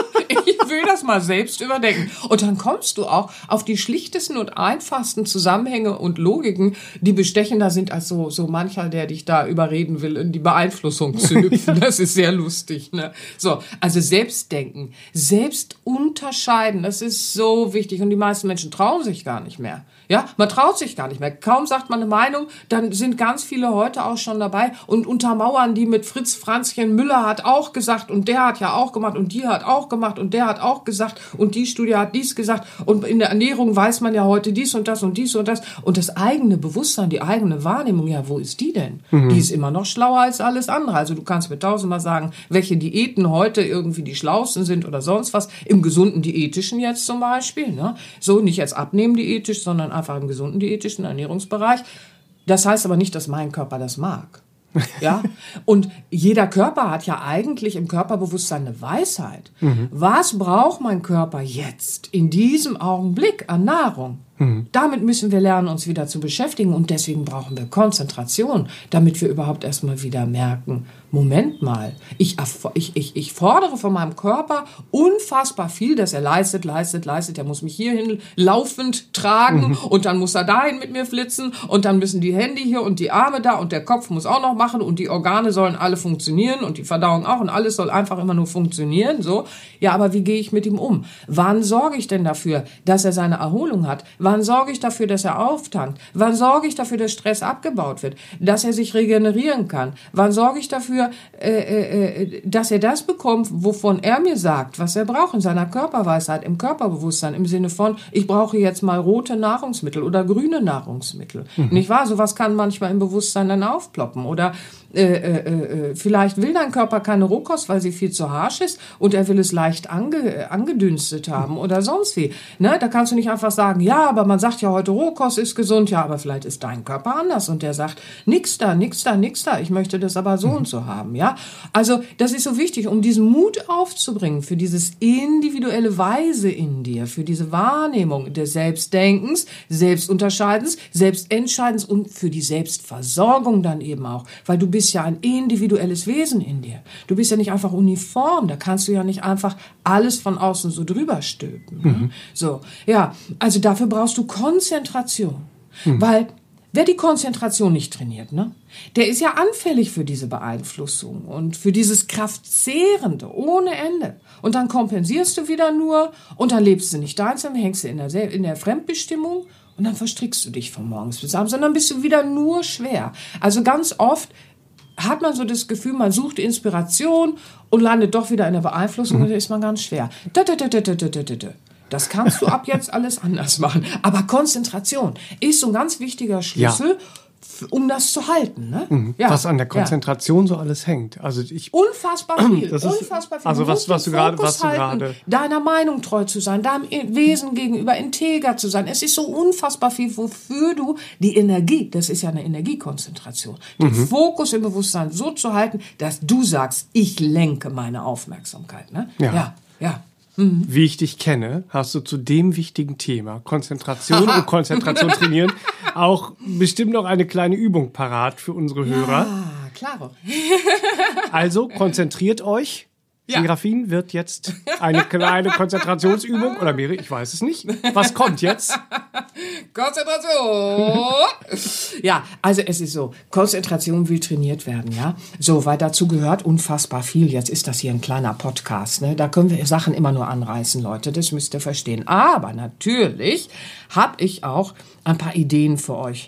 das mal selbst überdenken. Und dann kommst du auch auf die schlichtesten und einfachsten Zusammenhänge und Logiken, die bestechender sind als so mancher, der dich da überreden will, in die Beeinflussung zu hüpfen. Das ist sehr lustig, ne? So, also Selbstdenken, selbst unterscheiden, das ist so wichtig. Und die meisten Menschen trauen sich gar nicht mehr. Ja, man traut sich gar nicht mehr. Kaum sagt man eine Meinung, dann sind ganz viele heute auch schon dabei und untermauern die mit Fritz Franzchen Müller hat auch gesagt und der hat ja auch gemacht und die hat auch gemacht und der hat auch gesagt und die Studie hat dies gesagt und in der Ernährung weiß man ja heute dies und das und dies und das und das eigene Bewusstsein, die eigene Wahrnehmung, ja, wo ist die denn? Die ist immer noch schlauer als alles andere. Also du kannst mir tausendmal sagen, welche Diäten heute irgendwie die schlausten sind oder sonst was, im gesunden Diätischen jetzt zum Beispiel, ne? So nicht jetzt abnehmen diätisch, sondern einfach im gesunden diätischen Ernährungsbereich. Das heißt aber nicht, dass mein Körper das mag. Ja? Und jeder Körper hat ja eigentlich im Körperbewusstsein eine Weisheit. Was braucht mein Körper jetzt in diesem Augenblick an Nahrung? Damit müssen wir lernen, uns wieder zu beschäftigen und deswegen brauchen wir Konzentration, damit wir überhaupt erstmal wieder merken, Moment mal, ich fordere von meinem Körper unfassbar viel, dass er leistet, er muss mich hierhin laufend tragen und dann muss er dahin mit mir flitzen und dann müssen die Hände hier und die Arme da und der Kopf muss auch noch machen und die Organe sollen alle funktionieren und die Verdauung auch und alles soll einfach immer nur funktionieren, so. Ja, aber wie gehe ich mit ihm um? Wann sorge ich denn dafür, dass er seine Erholung hat? Wann sorge ich dafür, dass er auftankt? Wann sorge ich dafür, dass Stress abgebaut wird? Dass er sich regenerieren kann? Wann sorge ich dafür, dass er das bekommt, wovon er mir sagt, was er braucht in seiner Körperweisheit, im Körperbewusstsein, im Sinne von, ich brauche jetzt mal rote Nahrungsmittel oder grüne Nahrungsmittel. Nicht wahr? Sowas kann manchmal im Bewusstsein dann aufploppen. Oder vielleicht will dein Körper keine Rohkost, weil sie viel zu harsch ist und er will es leicht angedünstet haben oder sonst wie. Ne? Da kannst du nicht einfach sagen, ja, aber man sagt ja heute, Rohkost ist gesund, ja, aber vielleicht ist dein Körper anders und der sagt, nix da, ich möchte das aber so und so haben, ja. Also das ist so wichtig, um diesen Mut aufzubringen für dieses individuelle Weise in dir, für diese Wahrnehmung des Selbstdenkens, Selbstunterscheidens, Selbstentscheidens und für die Selbstversorgung dann eben auch, weil du bist ja ein individuelles Wesen in dir. Du bist ja nicht einfach uniform, da kannst du ja nicht einfach alles von außen so drüber stülpen. Ne? So, ja, also dafür brauchst du Konzentration, weil wer die Konzentration nicht trainiert, ne, der ist ja anfällig für diese Beeinflussung und für dieses Kraftzehrende ohne Ende. Und dann kompensierst du wieder nur und dann lebst du nicht deins, dann hängst du in der Fremdbestimmung und dann verstrickst du dich von morgens bis abends und dann bist du wieder nur schwer. Also ganz oft hat man so das Gefühl, man sucht Inspiration und landet doch wieder in der Beeinflussung und dann ist man ganz schwer. Das kannst du ab jetzt alles anders machen. Aber Konzentration ist so ein ganz wichtiger Schlüssel, um das zu halten. Ne? Ja. Was an der Konzentration so alles hängt. Also unfassbar viel. Unfassbar viel. Also was du gerade deiner Meinung treu zu sein, deinem Wesen gegenüber integer zu sein. Es ist so unfassbar viel, wofür du die Energie, das ist ja eine Energiekonzentration, den Fokus im Bewusstsein so zu halten, dass du sagst, ich lenke meine Aufmerksamkeit. Ne? Ja. Wie ich dich kenne, hast du zu dem wichtigen Thema Konzentration und Konzentration trainieren auch bestimmt noch eine kleine Übung parat für unsere Hörer. Ja, klaro. Also konzentriert euch. Ja. Serafin wird jetzt eine kleine Konzentrationsübung oder mehrere, ich weiß es nicht. Was kommt jetzt? Konzentration! Ja, also es ist so, Konzentration will trainiert werden, ja. So, weil dazu gehört unfassbar viel. Jetzt ist das hier ein kleiner Podcast, ne? Da können wir Sachen immer nur anreißen, Leute, das müsst ihr verstehen. Aber natürlich habe ich auch ein paar Ideen für euch.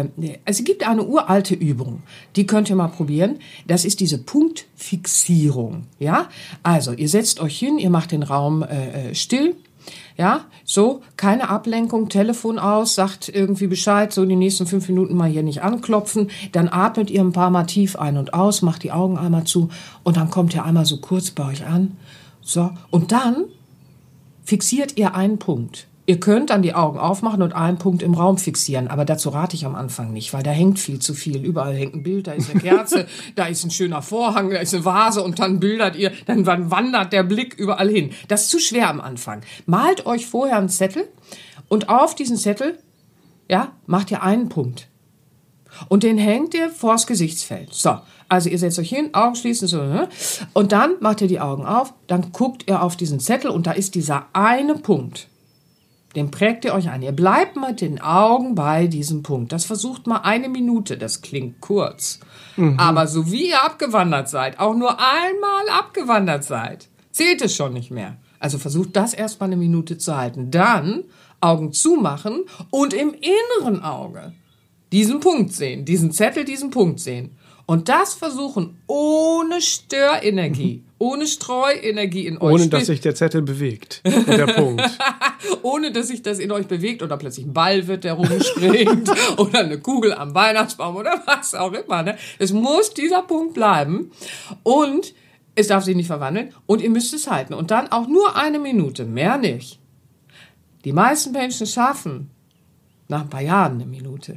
Es gibt eine uralte Übung, die könnt ihr mal probieren. Das ist diese Punktfixierung, ja. Also, ihr setzt euch hin, ihr macht den Raum still, ja, so, keine Ablenkung, Telefon aus, sagt irgendwie Bescheid, so die nächsten 5 Minuten mal hier nicht anklopfen, dann atmet ihr ein paar Mal tief ein und aus, macht die Augen einmal zu und dann kommt ihr einmal so kurz bei euch an, so, und dann fixiert ihr einen Punkt. Ihr könnt dann die Augen aufmachen und einen Punkt im Raum fixieren, aber dazu rate ich am Anfang nicht, weil da hängt viel zu viel. Überall hängt ein Bild, da ist eine Kerze, da ist ein schöner Vorhang, da ist eine Vase und dann dann wandert der Blick überall hin. Das ist zu schwer am Anfang. Malt euch vorher einen Zettel und auf diesen Zettel, ja, macht ihr einen Punkt. Und den hängt ihr vors Gesichtsfeld. So, also ihr setzt euch hin, Augen schließen, so, ne? Und dann macht ihr die Augen auf, dann guckt ihr auf diesen Zettel und da ist dieser eine Punkt. Den prägt ihr euch ein. Ihr bleibt mit den Augen bei diesem Punkt. Das versucht mal 1 Minute. Das klingt kurz. Aber so wie ihr abgewandert seid, auch nur einmal abgewandert seid, zählt es schon nicht mehr. Also versucht das erstmal 1 Minute zu halten. Dann Augen zumachen und im inneren Auge diesen Punkt sehen. Diesen Zettel, diesen Punkt sehen. Und das versuchen ohne Störenergie, ohne Streuenergie in euch. Ohne dass sich der Zettel bewegt. Und der Punkt. Ohne dass sich das in euch bewegt oder plötzlich ein Ball wird, der rumspringt oder eine Kugel am Weihnachtsbaum oder was auch immer. Ne? Es muss dieser Punkt bleiben und es darf sich nicht verwandeln und ihr müsst es halten. Und dann auch nur 1 Minute, mehr nicht. Die meisten Menschen schaffen nach ein paar Jahren 1 Minute.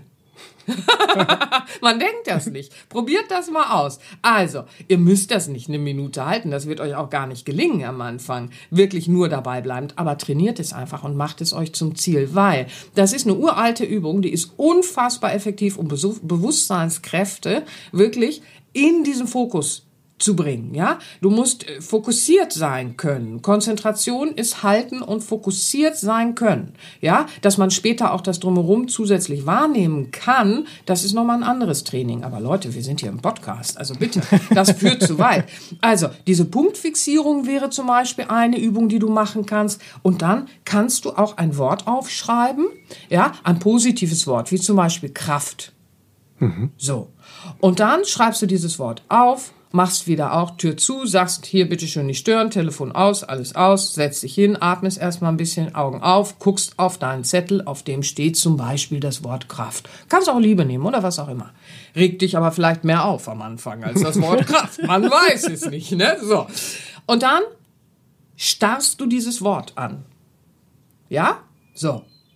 Man denkt das nicht. Probiert das mal aus. Also, ihr müsst das nicht 1 Minute halten. Das wird euch auch gar nicht gelingen am Anfang. Wirklich nur dabei bleiben. Aber trainiert es einfach und macht es euch zum Ziel. Weil das ist eine uralte Übung, die ist unfassbar effektiv, um Bewusstseinskräfte wirklich in diesen Fokus zu bringen, ja? Du musst fokussiert sein können. Konzentration ist halten und fokussiert sein können, ja? Dass man später auch das Drumherum zusätzlich wahrnehmen kann, das ist nochmal ein anderes Training. Aber Leute, wir sind hier im Podcast, also bitte, das führt zu weit. Also, diese Punktfixierung wäre zum Beispiel eine Übung, die du machen kannst. Und dann kannst du auch ein Wort aufschreiben, ja? Ein positives Wort, wie zum Beispiel Kraft. So. Und dann schreibst du dieses Wort auf, machst wieder auch Tür zu, sagst hier bitte schön nicht stören, Telefon aus, alles aus, setzt dich hin, atmest erstmal ein bisschen, Augen auf, guckst auf deinen Zettel, auf dem steht zum Beispiel das Wort Kraft. Kannst auch Liebe nehmen oder was auch immer. Regt dich aber vielleicht mehr auf am Anfang als das Wort Kraft. Man weiß es nicht, ne? So. Und dann starrst du dieses Wort an. Ja? So.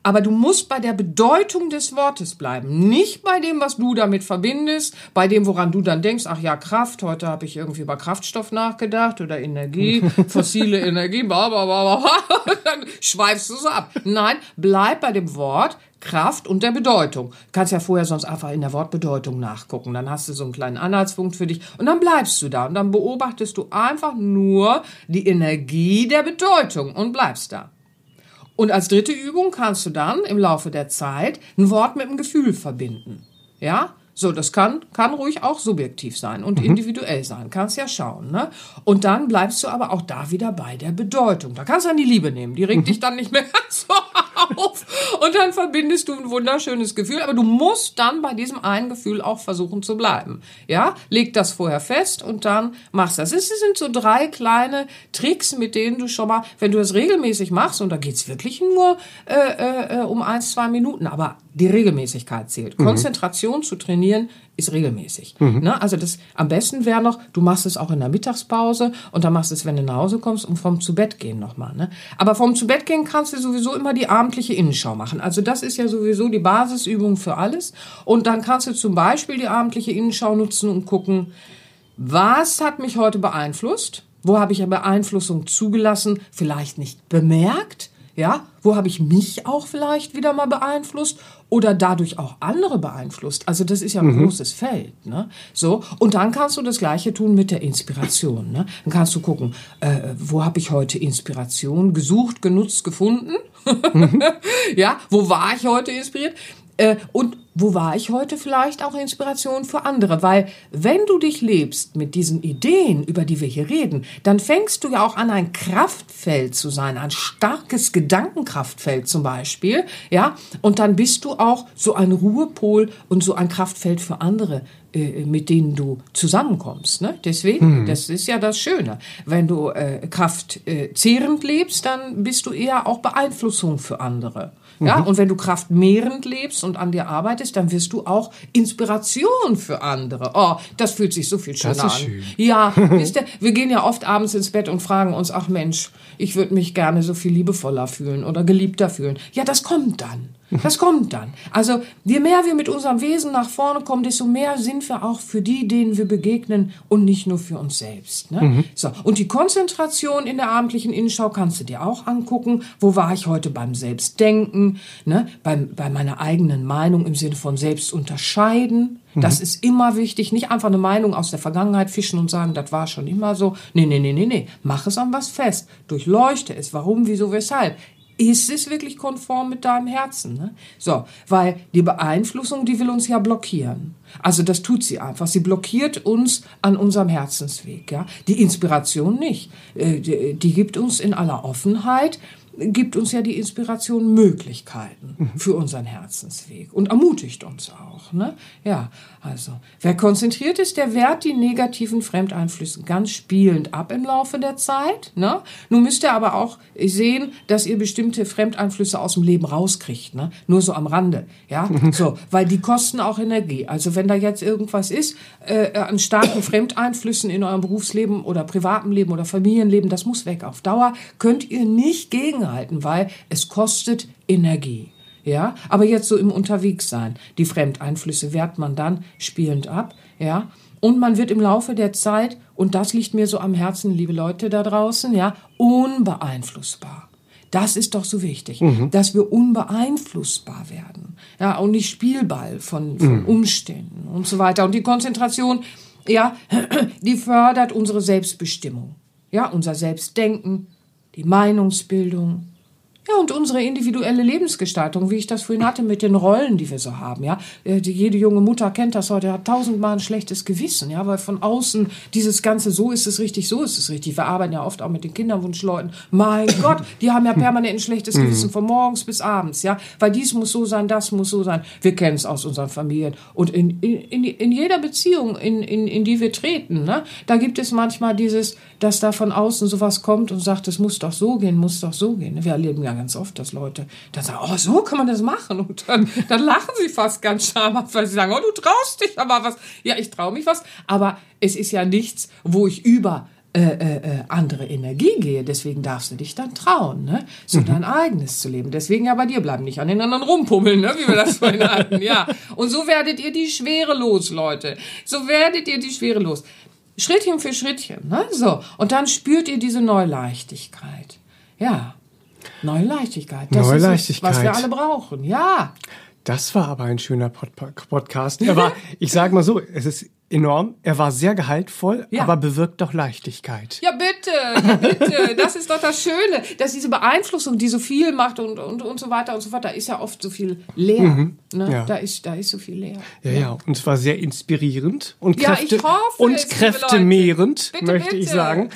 Aber du musst bei der Bedeutung des Wortes bleiben. Nicht bei dem, was du damit verbindest, bei dem, woran du dann denkst, ach ja, Kraft, heute habe ich irgendwie über Kraftstoff nachgedacht oder Energie, fossile Energie, dann schweifst du so ab. Nein, bleib bei dem Wort Kraft und der Bedeutung. Du kannst ja vorher sonst einfach in der Wortbedeutung nachgucken. Dann hast du so einen kleinen Anhaltspunkt für dich und dann bleibst du da und dann beobachtest du einfach nur die Energie der Bedeutung und bleibst da. Und als dritte Übung kannst du dann im Laufe der Zeit ein Wort mit einem Gefühl verbinden. Ja? So, das kann ruhig auch subjektiv sein und individuell sein. Kannst ja schauen, ne? Und dann bleibst du aber auch da wieder bei der Bedeutung. Da kannst du dann die Liebe nehmen. Die regt dich dann nicht mehr ganz so auf. Und dann verbindest du ein wunderschönes Gefühl. Aber du musst dann bei diesem einen Gefühl auch versuchen zu bleiben. Ja? Leg das vorher fest und dann machst du das. Es sind so 3 kleine Tricks, mit denen du schon mal, wenn du das regelmäßig machst, und da geht's wirklich nur um 1-2 Minuten, aber die Regelmäßigkeit zählt. Konzentration zu trainieren ist regelmäßig. Ne? Also das am besten wäre noch, du machst es auch in der Mittagspause und dann machst du es, wenn du nach Hause kommst, und vom Zubettgehen nochmal. Ne? Aber vom Zubettgehen kannst du sowieso immer die abendliche Innenschau machen. Also das ist ja sowieso die Basisübung für alles. Und dann kannst du zum Beispiel die abendliche Innenschau nutzen und gucken, was hat mich heute beeinflusst? Wo habe ich eine Beeinflussung zugelassen? Vielleicht nicht bemerkt? Ja, wo habe ich mich auch vielleicht wieder mal beeinflusst oder dadurch auch andere beeinflusst? Also das ist ja ein großes Feld, ne? So, und dann kannst du das Gleiche tun mit der Inspiration, ne? Dann kannst du gucken, wo habe ich heute Inspiration gesucht, genutzt, gefunden? Ja, wo war ich heute inspiriert? Und wo war ich heute vielleicht auch Inspiration für andere? Weil wenn du dich lebst mit diesen Ideen, über die wir hier reden, dann fängst du ja auch an, ein Kraftfeld zu sein, ein starkes Gedankenkraftfeld zum Beispiel, ja? Und dann bist du auch so ein Ruhepol und so ein Kraftfeld für andere, mit denen du zusammenkommst, ne? Deswegen, das ist ja das Schöne. Wenn du kraftzehrend lebst, dann bist du eher auch Beeinflussung für andere. Ja, und wenn du kraftmehrend lebst und an dir arbeitest, dann wirst du auch Inspiration für andere. Oh, das fühlt sich so viel schöner an. Schön. Ja, wisst ihr, wir gehen ja oft abends ins Bett und fragen uns, ach Mensch, ich würde mich gerne so viel liebevoller fühlen oder geliebter fühlen. Ja, das kommt dann. Das kommt dann. Also, je mehr wir mit unserem Wesen nach vorne kommen, desto mehr sind wir auch für die, denen wir begegnen und nicht nur für uns selbst. Ne? So. Und die Konzentration in der abendlichen Innenschau kannst du dir auch angucken. Wo war ich heute beim Selbstdenken? Ne? Bei meiner eigenen Meinung im Sinne von selbst unterscheiden. Das ist immer wichtig. Nicht einfach eine Meinung aus der Vergangenheit fischen und sagen, das war schon immer so. Nee. Mach es an was fest. Durchleuchte es. Warum, wieso, weshalb? Ist es wirklich konform mit deinem Herzen? Ne? So, weil die Beeinflussung, die will uns ja blockieren. Also das tut sie einfach. Sie blockiert uns an unserem Herzensweg. Ja? Die Inspiration nicht. Die gibt uns in aller Offenheit, gibt uns ja die Inspiration Möglichkeiten für unseren Herzensweg und ermutigt uns auch. Ne? Ja, also wer konzentriert ist, der wehrt die negativen Fremdeinflüsse ganz spielend ab im Laufe der Zeit. Ne? Nun müsst ihr aber auch sehen, dass ihr bestimmte Fremdeinflüsse aus dem Leben rauskriegt. Ne? Nur so am Rande. Ja, so, weil die kosten auch Energie. Also wenn da jetzt irgendwas ist, an starken Fremdeinflüssen in eurem Berufsleben oder privaten Leben oder Familienleben, das muss weg. Auf Dauer könnt ihr nicht gegenhalten, weil es kostet Energie. Ja, aber jetzt so im Unterwegssein, die Fremdeinflüsse wehrt man dann spielend ab, ja, und man wird im Laufe der Zeit, und das liegt mir so am Herzen, liebe Leute da draußen, ja, unbeeinflussbar. Das ist doch so wichtig, dass wir unbeeinflussbar werden, ja, und nicht Spielball von Umständen und so weiter. Und die Konzentration, ja, die fördert unsere Selbstbestimmung, ja, unser Selbstdenken, die Meinungsbildung. Ja, und unsere individuelle Lebensgestaltung, wie ich das vorhin hatte mit den Rollen, die wir so haben, ja. Jede junge Mutter kennt das heute, hat 1000-mal ein schlechtes Gewissen, ja, weil von außen dieses Ganze, so ist es richtig, so ist es richtig. Wir arbeiten ja oft auch mit den Kinderwunschleuten. Mein Gott, die haben ja permanent ein schlechtes Gewissen von morgens bis abends, ja, weil dies muss so sein, das muss so sein. Wir kennen es aus unseren Familien. Und in jeder Beziehung, in die wir treten, ne, da gibt es manchmal dieses, dass da von außen sowas kommt und sagt, es muss doch so gehen, muss doch so gehen. Wir erleben ja ganz oft, dass Leute dann sagen, oh, so kann man das machen. Und dann lachen sie fast ganz schamhaft, weil sie sagen, oh, du traust dich aber was. Ja, ich traue mich was. Aber es ist ja nichts, wo ich über andere Energie gehe. Deswegen darfst du dich dann trauen, ne? So dein eigenes zu leben. Deswegen ja bei dir bleiben, nicht an den anderen rumpummeln, ne? Wie wir das vorhin hatten, ja. Und so werdet ihr die Schwere los, Leute. So werdet ihr die Schwere los. Schrittchen für Schrittchen, ne? So. Und dann spürt ihr diese Neuleichtigkeit. Ja. Neuleichtigkeit. Das ist es, was wir alle brauchen, ja. Das war aber ein schöner Podcast. Ich sage mal so, es ist enorm. Er war sehr gehaltvoll, aber bewirkt doch Leichtigkeit. Ja, bitte. Das ist doch das Schöne, dass diese Beeinflussung, die so viel macht und so weiter und so fort, da ist ja oft so viel leer. Ne? Ja. Da ist so viel leer. Ja. Und es war sehr inspirierend und kräftemehrend, möchte ich sagen.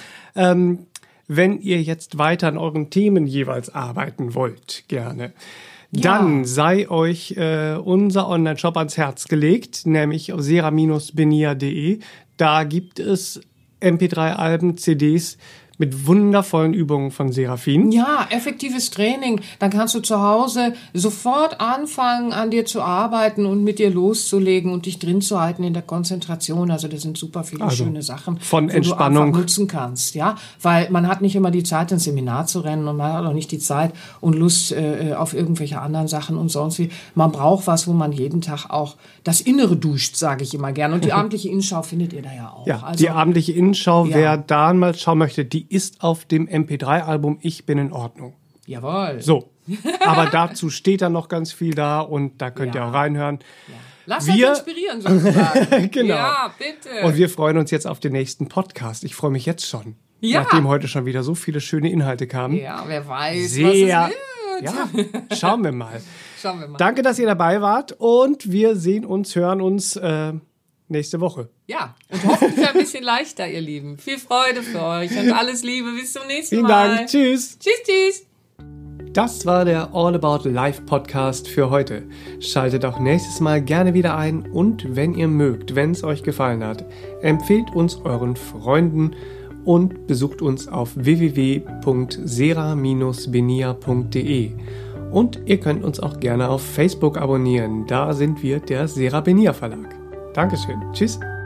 Wenn ihr jetzt weiter an euren Themen jeweils arbeiten wollt, gerne. Dann sei euch unser Online-Shop ans Herz gelegt, nämlich auf sera-benia.de. Da gibt es MP3-Alben, CDs mit wundervollen Übungen von Serafin. Ja, effektives Training. Dann kannst du zu Hause sofort anfangen, an dir zu arbeiten und mit dir loszulegen und dich drin zu halten in der Konzentration. Also das sind super viele schöne Sachen, von Entspannung, du einfach nutzen kannst. Ja, weil man hat nicht immer die Zeit, ins Seminar zu rennen und man hat auch nicht die Zeit und Lust auf irgendwelche anderen Sachen und sonst wie. Man braucht was, wo man jeden Tag auch das Innere duscht, sage ich immer gern. Und die abendliche Innenschau findet ihr da ja auch. Ja, also, die abendliche Innenschau, wer da mal schauen möchte, die ist auf dem MP3-Album Ich bin in Ordnung. Jawohl. So, aber dazu steht dann noch ganz viel da und da könnt ihr auch reinhören. Ja. Lass uns inspirieren, sozusagen. Genau. Ja, bitte. Und wir freuen uns jetzt auf den nächsten Podcast. Ich freue mich jetzt schon. Ja. Nachdem heute schon wieder so viele schöne Inhalte kamen. Ja, wer weiß, was es wird. Ja, schauen wir mal. Danke, dass ihr dabei wart und wir sehen uns, hören uns nächste Woche. Ja, und hoffentlich ein bisschen leichter, ihr Lieben. Viel Freude für euch und alles Liebe. Bis zum nächsten Vielen Mal. Dank. Tschüss. Tschüss. Das war der All About Life Podcast für heute. Schaltet auch nächstes Mal gerne wieder ein und wenn ihr mögt, wenn es euch gefallen hat, empfehlt uns euren Freunden und besucht uns auf www.sera-benia.de. Und ihr könnt uns auch gerne auf Facebook abonnieren. Da sind wir der Sera Benia Verlag. Dankeschön. Tschüss.